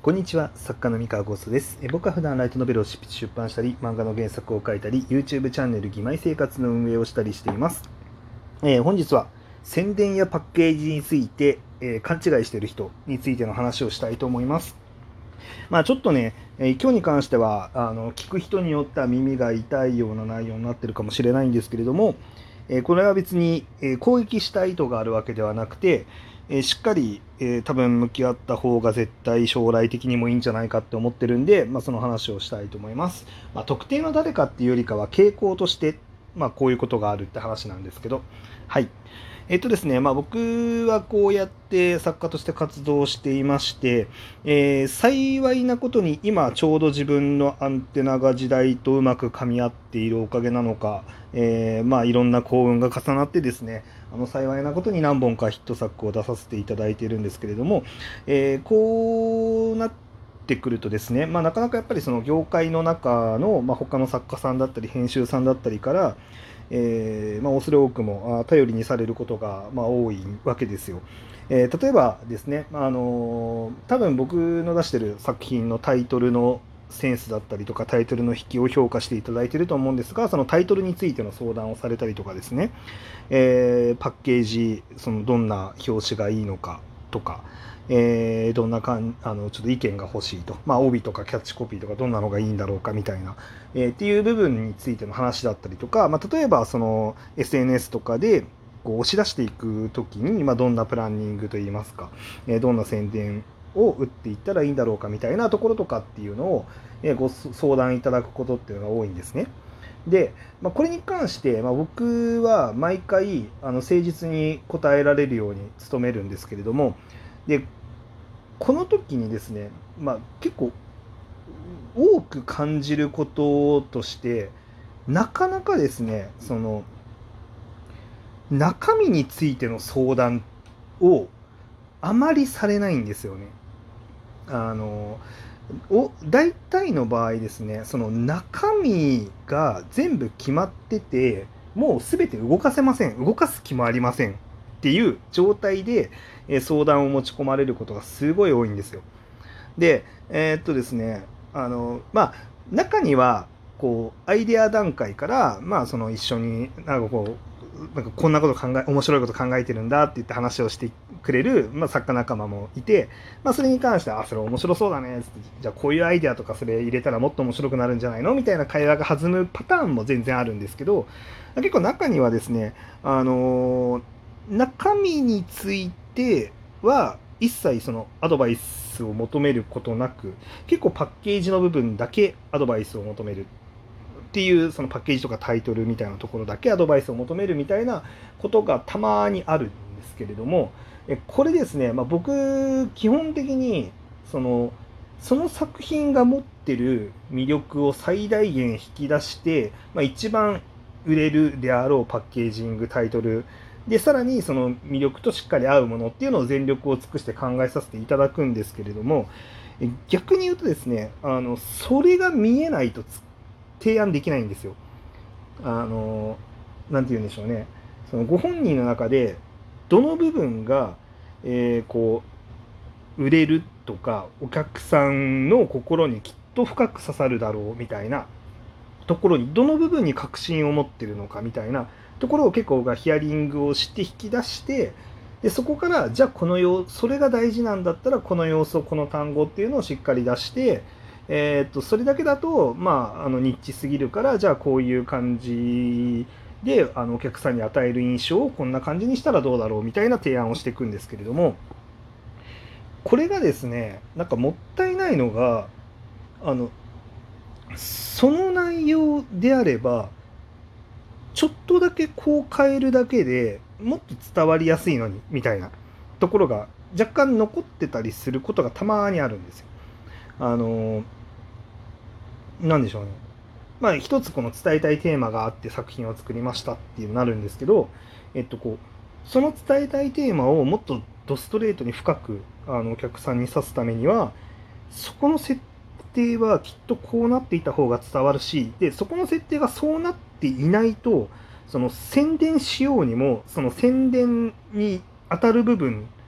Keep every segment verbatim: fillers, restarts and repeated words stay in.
こんにちは、作家の三河ゴーストです。え僕は普段ライトノベルを執筆出版したり、漫画の原作を書いたり、YouTube チャンネル義妹生活の運営をしたりしています。えー本日は宣伝やパッケージについて、えー勘違いしている人についての話をしたいと思います。まあちょっとね、えー今日に関してはあの聞く人によっては耳が痛いような内容になっているかもしれないんですけれども、えーこれは別に、えー攻撃した意図があるわけではなくて、えーしっかり、えー多分向き合った方が絶対将来的にもいいんじゃないかって思ってるんで、まあ、その話をしたいと思います。まあ、特定の誰かっていうよりかは傾向として、まあ、こういうことがあるって話なんですけど、はい。えっとですね、まあ、僕はこうやって作家として活動していまして、えー幸いなことに今ちょうど自分のアンテナが時代とうまく噛み合っているおかげなのか、えーまあいろんな幸運が重なってですね、あの幸いなことに何本かヒット作を出させていただいているんですけれども、えーこうなってくるとですね、まあ、なかなかやっぱりその業界の中の、まあ、他の作家さんだったり編集さんだったりから、えーまあ、恐れ多くもあ頼りにされることが、まあ、多いわけですよ。えー例えばですね、まああの多分僕の出してる作品のタイトルのセンスだったりとかタイトルの引きを評価していただいていると思うんですが、そのタイトルについての相談をされたりとかですね、えーパッケージ、そのどんな表紙がいいのかとか、えーどんなかんあのちょっと意見が欲しいと、まあ、帯とかキャッチコピーとかどんなのがいいんだろうかみたいな、えーっていう部分についての話だったりとか、まあ、例えばその エスエヌエス とかでこう押し出していくときに、まあ、どんなプランニングといいますか、えーどんな宣伝を打っていったらいいんだろうかみたいなところとかっていうのを、えーご相談いただくことっていうのが多いんですね。で、まあ、これに関して、まあ、僕は毎回あの誠実に答えられるように努めるんですけれども、でこの時にですね、まあ、結構多く感じることとしてなかなかですね、その中身についての相談をあまりされないんですよね。あのお大体の場合ですね、その中身が全部決まってて、もう全て動かせません、動かす気もありませんっていう状態で、えー相談を持ち込まれることがすごい多いんですよ。で、えーっとですね、あのまあ中にはこうアイデア段階から、まあ、その一緒になんかこうなんかこんなこと考え面白いこと考えてるんだって言って話をしてくれる、まあ、作家仲間もいて、まあ、それに関してはあそれ面白そうだねって、じゃあこういうアイデアとかそれ入れたらもっと面白くなるんじゃないのみたいな会話が弾むパターンも全然あるんですけど、結構中にはですね、あのー中身については一切そのアドバイスを求めることなく、結構パッケージの部分だけアドバイスを求めるっていう、そのパッケージとかタイトルみたいなところだけアドバイスを求めるみたいなことがたまにあるんですけれども、えこれですね、まあ、僕基本的にそのその作品が持ってる魅力を最大限引き出して、まあ、一番売れるであろうパッケージングタイトルで、さらにその魅力としっかり合うものっていうのを全力を尽くして考えさせていただくんですけれども、逆に言うとですね、あのそれが見えないと提案できないんですよ。あのなんて言うんでしょうね、そのご本人の中でどの部分が、えーこう売れるとかお客さんの心にきっと深く刺さるだろうみたいなところにどの部分に確信を持ってるのかみたいなところを結構がヒアリングをして引き出して、でそこからじゃあこの要それが大事なんだったらこの要素この単語っていうのをしっかり出して、えー、っとそれだけだとまああのニッチすぎるから、じゃあこういう感じであのお客さんに与える印象をこんな感じにしたらどうだろうみたいな提案をしていくんですけれども、これがですねなんかもったいないのが、あのその内容であればちょっとだけこう変えるだけでもっと伝わりやすいのにみたいなところが若干残ってたりすることがたまにあるんですよ。あのなんでしょうね。まあ一つこの伝えたいテーマがあって作品を作りましたっていうなるんですけど、えっとこうその伝えたいテーマをもっとドストレートに深くあのお客さんに指すためには、そこの設定はきっとこうなっていた方が伝わるし、でそこの設定がそうなっていないと、その宣伝しようにもその宣伝に当たる部分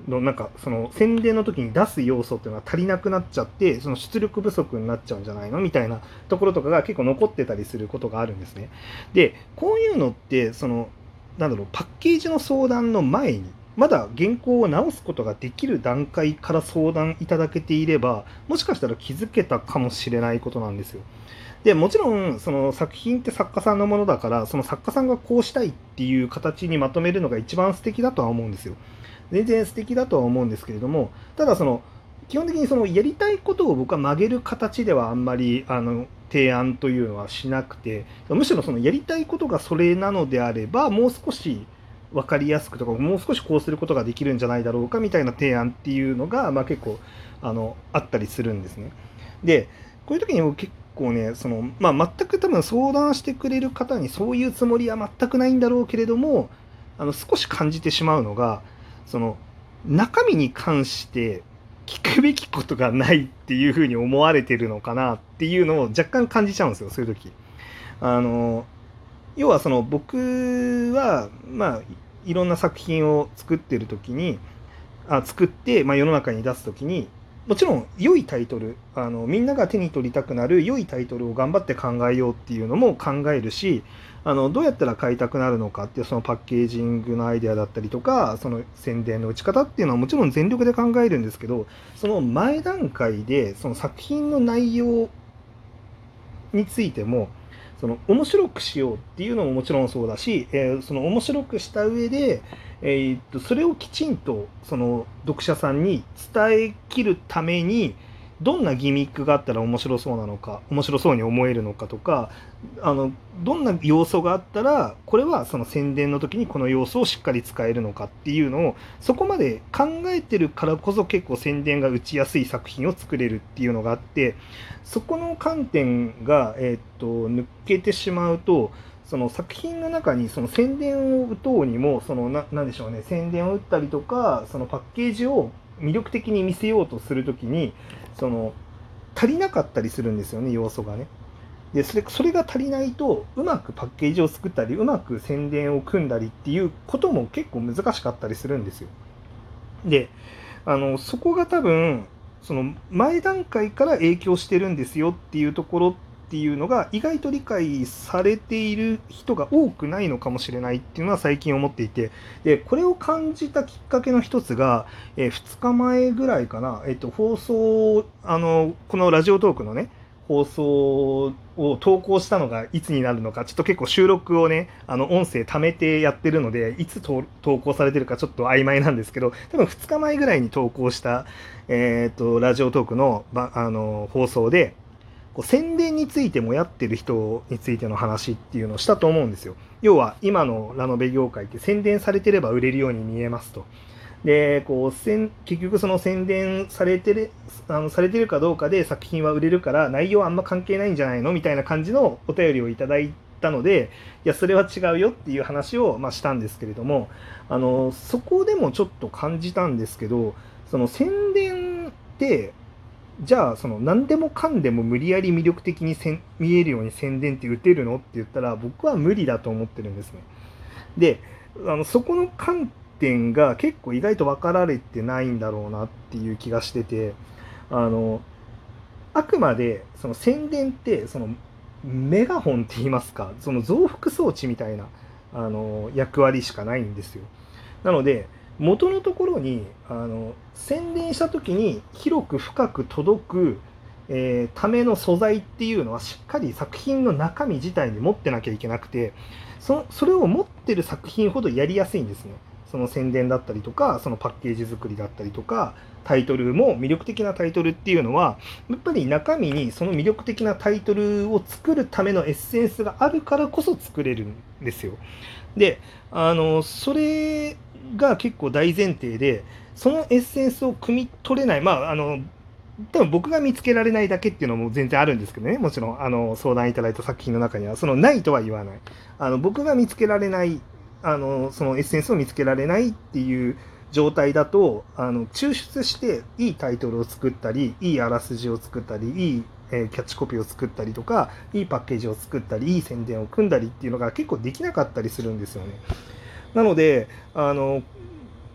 のなんかその宣伝の時に出す要素っていうのは足りなくなっちゃって、その出力不足になっちゃうんじゃないのみたいなところとかが結構残ってたりすることがあるんですね。でこういうのってそのなんだろう、パッケージの相談の前にまだ原稿を直すことができる段階から相談いただけていれば、もしかしたら気づけたかもしれないことなんですよ。でもちろんその作品って作家さんのものだから、その作家さんがこうしたいっていう形にまとめるのが一番素敵だとは思うんですよ。全然素敵だとは思うんですけれども、ただその基本的にそのやりたいことを僕は曲げる形ではあんまりあの提案というのはしなくて、むしろそのやりたいことがそれなのであれば、もう少し分かりやすくとか、もう少しこうすることができるんじゃないだろうかみたいな提案っていうのが、まあ、結構あのあったりするんですね。でこういう時に結構ね、その、まあ、全く多分相談してくれる方にそういうつもりは全くないんだろうけれども、あの少し感じてしまうのが、その中身に関して聞くべきことがないっていうふうに思われてるのかなっていうのを若干感じちゃうんですよ、そういう時。あの要はその僕はまあいろんな作品を作ってる時にあ作って、まあ、世の中に出す時に、もちろん良いタイトル、あのみんなが手に取りたくなる良いタイトルを頑張って考えようっていうのも考えるし、あのどうやったら買いたくなるのかっていうそのパッケージングのアイデアだったりとか、その宣伝の打ち方っていうのはもちろん全力で考えるんですけど、その前段階でその作品の内容についてもその面白くしようっていうのももちろんそうだし、えー、その面白くした上で、えー、っとそれをきちんとその読者さんに伝えきるためにどんなギミックがあったら面白そうなのか、面白そうに思えるのかとか、あのどんな要素があったらこれはその宣伝の時にこの要素をしっかり使えるのかっていうのをそこまで考えてるからこそ結構宣伝が打ちやすい作品を作れるっていうのがあって、そこの観点が、えー、っと抜けてしまうと、その作品の中にその宣伝を打とうにもそのななんでしょうね、宣伝を打ったりとかそのパッケージを魅力的に見せようとするときにその足りなかったりするんですよね、要素がね。でそれそれが足りないとうまくパッケージを作ったりうまく宣伝を組んだりっていうことも結構難しかったりするんですよ。であのそこが多分その前段階から影響してるんですよっていうところっていうのが意外と理解されている人が多くないのかもしれないっていうのは最近思っていて、でこれを感じたきっかけの一つが、えー、ふつかまえぐらいかな、えっと、放送あのこのラジオトークのね放送を投稿したのがいつになるのか、ちょっと結構収録をねあの音声貯めてやってるのでいつ投稿されてるかちょっと曖昧なんですけど、多分ふつかまえぐらいに投稿した、えー、とラジオトークの、あの放送でこう宣伝についてもやってる人についての話っていうのをしたと思うんですよ。要は今のラノベ業界って宣伝されてれば売れるように見えますと。でこう結局その宣伝されてるあのされてるかどうかで作品は売れるから内容はあんま関係ないんじゃないのみたいな感じのお便りをいただいたので、いやそれは違うよっていう話を、まあ、したんですけれども、あのそこでもちょっと感じたんですけど、その宣伝ってじゃあその何でもかんでも無理やり魅力的にせ見えるように宣伝って打てるのって言ったら僕は無理だと思ってるんですね。であのそこの観点が結構意外と分かられてないんだろうなっていう気がしてて、あのあくまでその宣伝ってそのメガホンって言いますか、その増幅装置みたいなあの役割しかないんですよ。なので元のところにあの宣伝した時に広く深く届く、えー、ための素材っていうのはしっかり作品の中身自体に持ってなきゃいけなくて、そそれを持ってる作品ほどやりやすいんですね。その宣伝だったりとかそのパッケージ作りだったりとかタイトルも魅力的なタイトルっていうのはやっぱり中身にその魅力的なタイトルを作るためのエッセンスがあるからこそ作れるんですよ。であのそれが結構大前提で、そのエッセンスを汲み取れない、まああの多分僕が見つけられないだけっていうのも全然あるんですけどね、もちろんあの相談いただいた作品の中にはそのないとは言わない、あの僕が見つけられないあのそのエッセンスを見つけられないっていう状態だと、あの抽出していいタイトルを作ったりいいあらすじを作ったりいい、えー、キャッチコピーを作ったりとかいいパッケージを作ったりいい宣伝を組んだりっていうのが結構できなかったりするんですよね。なのであの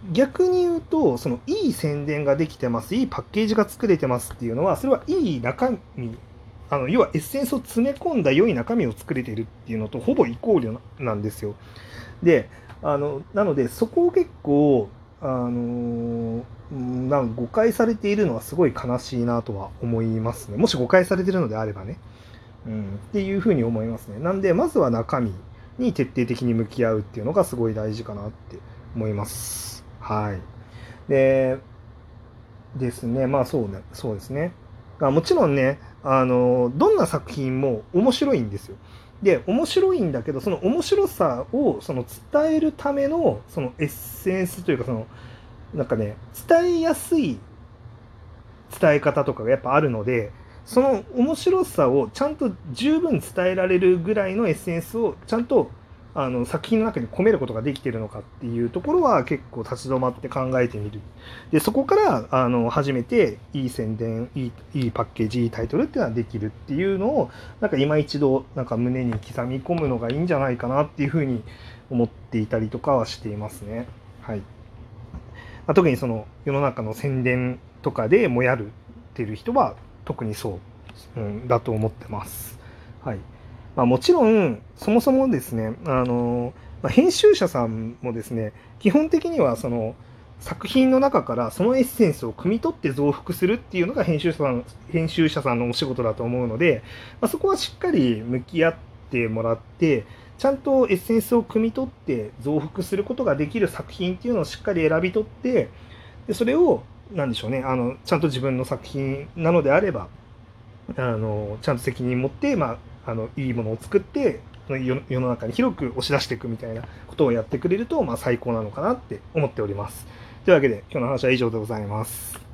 逆に言うと、そのいい宣伝ができてます、いいパッケージが作れてますっていうのは、それはいい中身、あの要はエッセンスを詰め込んだ良い中身を作れているっていうのとほぼイコールなんですよ。で、あのなのでそこを結構、あのなんか誤解されているのはすごい悲しいなとは思いますね。もし誤解されているのであればね、うん、っていうふうに思いますね。なんでまずは中身に徹底的に向き合うっていうのがすごい大事かなって思います。はい。でですね、まあそうね、そうですね。あもちろんね、あのどんな作品も面白いんですよ。で、面白いんだけど、その面白さをその伝えるためのそのエッセンスというか、そのなんかね、伝えやすい伝え方とかがやっぱあるので、その面白さをちゃんと十分伝えられるぐらいのエッセンスをちゃんとあの作品の中に込めることができているのかっていうところは結構立ち止まって考えてみる。でそこからあの初めていい宣伝いい、いいパッケージ、いいタイトルっていうのができるっていうのをなんか今一度なんか胸に刻み込むのがいいんじゃないかなっていうふうに思っていたりとかはしていますね。はい。まあ、特にその世の中の宣伝とかでもやるっていう人は特にそう、うん、だと思ってます。はい。まあ、もちろんそもそもですね、あのまあ、編集者さんもですね、基本的にはその作品の中からそのエッセンスを汲み取って増幅するっていうのが編集者さん編集者さんのお仕事だと思うので、まあ、そこはしっかり向き合ってもらって、ちゃんとエッセンスを汲み取って増幅することができる作品っていうのをしっかり選び取って、でそれを何でしょうね、あのちゃんと自分の作品なのであれば、あのちゃんと責任を持って、まあ、あのいいものを作って世の中に広く押し出していくみたいなことをやってくれると、まあ、最高なのかなって思っております。というわけで今日の話は以上でございます。